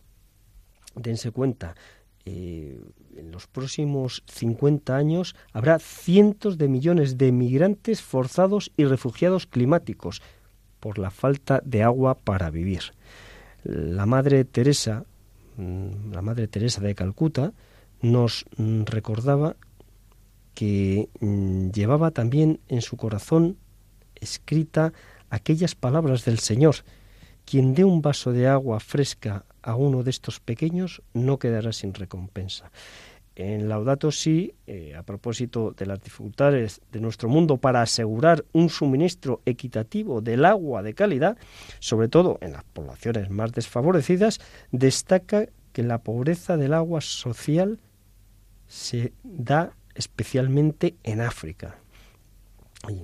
Dense cuenta, eh, en los próximos cincuenta años habrá cientos de millones de migrantes forzados y refugiados climáticos por la falta de agua para vivir. La Madre Teresa, la Madre Teresa de Calcuta, nos recordaba que llevaba también en su corazón escrita aquellas palabras del Señor: quien dé un vaso de agua fresca a uno de estos pequeños no quedará sin recompensa. En Laudato Si, eh, a propósito de las dificultades de nuestro mundo para asegurar un suministro equitativo del agua de calidad, sobre todo en las poblaciones más desfavorecidas, destaca que la pobreza del agua social se da especialmente en África. Y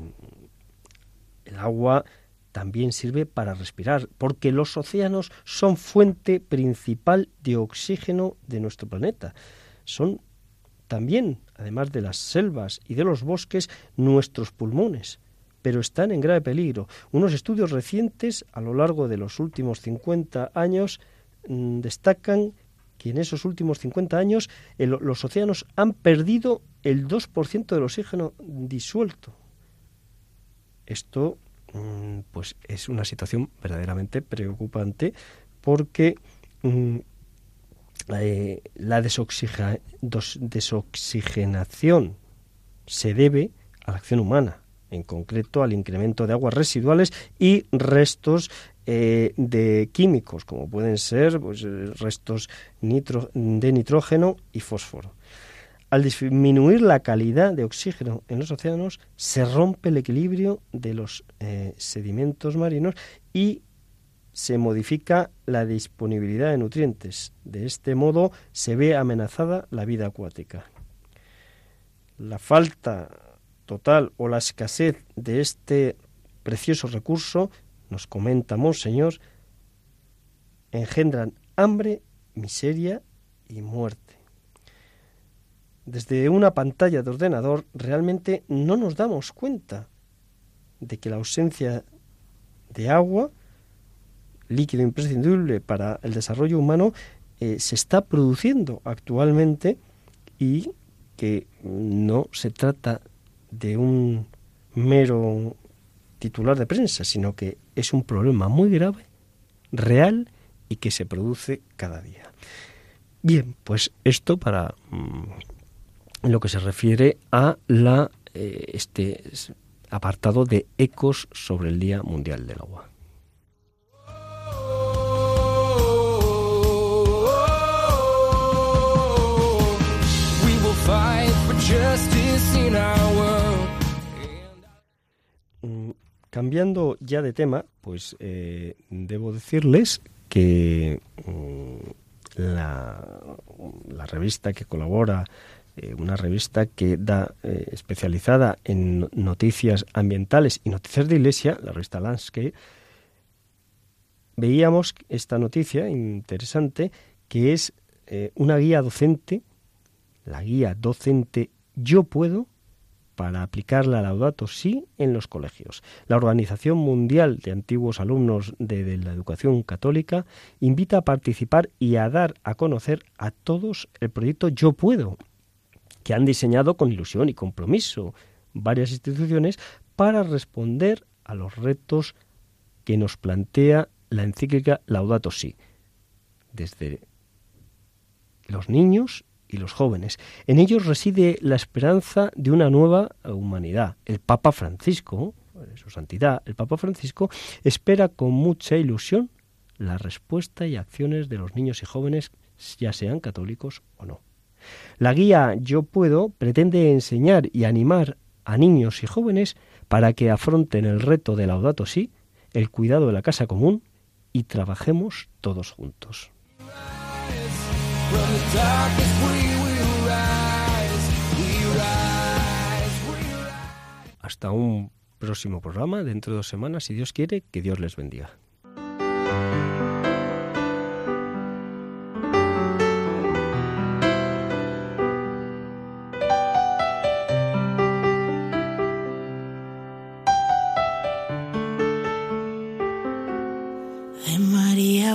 el agua también sirve para respirar, porque los océanos son fuente principal de oxígeno de nuestro planeta. Son también, además de las selvas y de los bosques, nuestros pulmones, pero están en grave peligro. Unos estudios recientes, a lo largo de los últimos cincuenta años, mmm, destacan que en esos últimos cincuenta años el, los océanos han perdido el dos por ciento del oxígeno disuelto. Esto mmm, pues es una situación verdaderamente preocupante, porque mmm, eh, la desoxige, dos, desoxigenación se debe a la acción humana, en concreto al incremento de aguas residuales y restos eh, de químicos, como pueden ser pues, restos nitro, de nitrógeno y fósforo. Al disminuir la calidad de oxígeno en los océanos, se rompe el equilibrio de los eh, sedimentos marinos y se modifica la disponibilidad de nutrientes. De este modo se ve amenazada la vida acuática. La falta total o la escasez de este precioso recurso, nos comenta Monseñor, engendran hambre, miseria y muerte. Desde una pantalla de ordenador realmente no nos damos cuenta de que la ausencia de agua, líquido imprescindible para el desarrollo humano, eh, se está produciendo actualmente, y que no se trata de un mero titular de prensa, sino que es un problema muy grave, real, y que se produce cada día. Bien, pues esto para mmm, lo que se refiere a la eh, este apartado de ecos sobre el Día Mundial del Agua. Cambiando ya de tema, pues eh, debo decirles que mm, la, la revista que colabora, eh, una revista que da eh, especializada en noticias ambientales y noticias de Iglesia, la revista Landscape, veíamos esta noticia interesante, que es eh, una guía docente, la guía docente Yo Puedo, para aplicar la Laudato Si en los colegios. La Organización Mundial de Antiguos Alumnos de, de la Educación Católica invita a participar y a dar a conocer a todos el proyecto Yo Puedo, que han diseñado con ilusión y compromiso varias instituciones para responder a los retos que nos plantea la encíclica Laudato Si, desde los niños y los jóvenes. En ellos reside la esperanza de una nueva humanidad. El Papa Francisco, su santidad, el Papa Francisco, espera con mucha ilusión la respuesta y acciones de los niños y jóvenes, ya sean católicos o no. La guía Yo Puedo pretende enseñar y animar a niños y jóvenes para que afronten el reto de Laudato Si, el cuidado de la casa común, y trabajemos todos juntos. Hasta un próximo programa dentro de dos semanas, si Dios quiere. Que Dios les bendiga. De María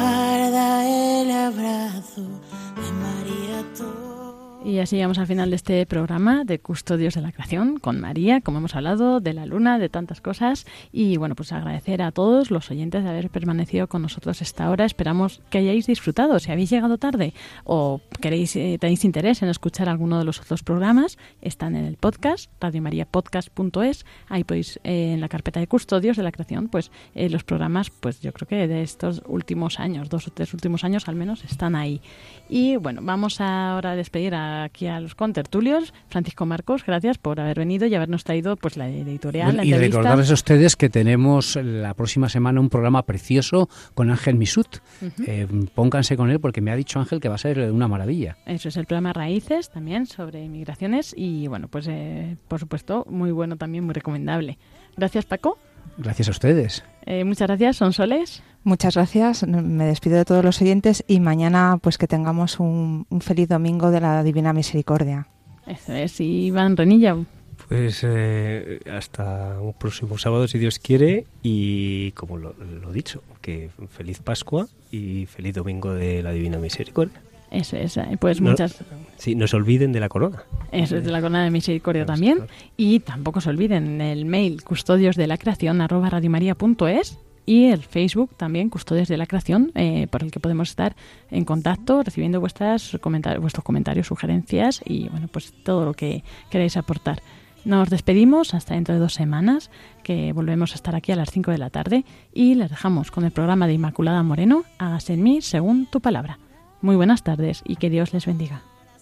guarda el abrazo, de María todo. Y así llegamos al final de este programa de Custodios de la Creación con María, como hemos hablado, de la luna, de tantas cosas. Y bueno, pues agradecer a todos los oyentes de haber permanecido con nosotros esta hora. Esperamos que hayáis disfrutado. Si habéis llegado tarde o queréis eh, tenéis interés en escuchar alguno de los otros programas, están en el podcast, radio maría podcast punto es. Ahí podéis, eh, en la carpeta de Custodios de la Creación, pues eh, los programas, pues yo creo que de estos últimos años, dos o tres últimos años al menos, están ahí. Y bueno, vamos ahora a despedir a aquí a los contertulios. Francisco Marcos, gracias por haber venido y habernos traído pues la editorial, bueno, la y entrevista. recordarles a ustedes que tenemos la próxima semana un programa precioso con Ángel Misut. Uh-huh. Eh, pónganse con él porque me ha dicho Ángel que va a ser una maravilla. Eso es el programa Raíces, también sobre migraciones y bueno, pues eh, por supuesto muy bueno también, muy recomendable. Gracias, Paco. Gracias a ustedes. Eh, muchas gracias, Sonsoles. Muchas gracias, me despido de todos los oyentes y mañana pues que tengamos un, un feliz domingo de la Divina Misericordia. Eso es, Iván Renilla. Pues eh, hasta un próximo sábado, si Dios quiere, y como lo, lo dicho, que feliz Pascua y feliz domingo de la Divina Misericordia. Eso es, pues no, muchas... Sí, no se olviden de la corona. Eso es, de la corona de misericordia no, también. Claro. Y tampoco se olviden el mail custodios de la creación arroba radiomaria punto es y el Facebook también, Custodios de la Creación, eh, por el que podemos estar en contacto, recibiendo vuestras comentar- vuestros comentarios, sugerencias y bueno, pues todo lo que queráis aportar. Nos despedimos hasta dentro de dos semanas, que volvemos a estar aquí a las cinco de la tarde y les dejamos con el programa de Inmaculada Moreno, Hágase en mí según tu palabra. Muy buenas tardes y que Dios les bendiga.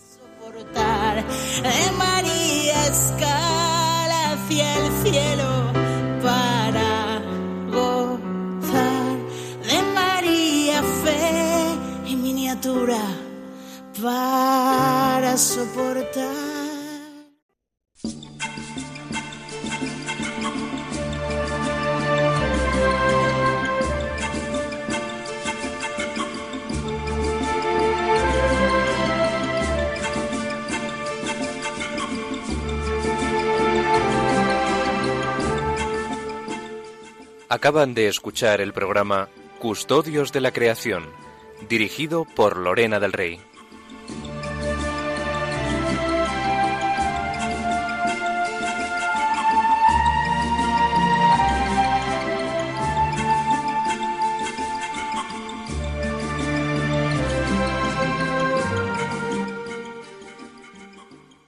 De María escala hacia el cielo para gozar, de María fe y miniatura para soportar. Acaban de escuchar el programa Custodios de la Creación, dirigido por Lorena del Rey.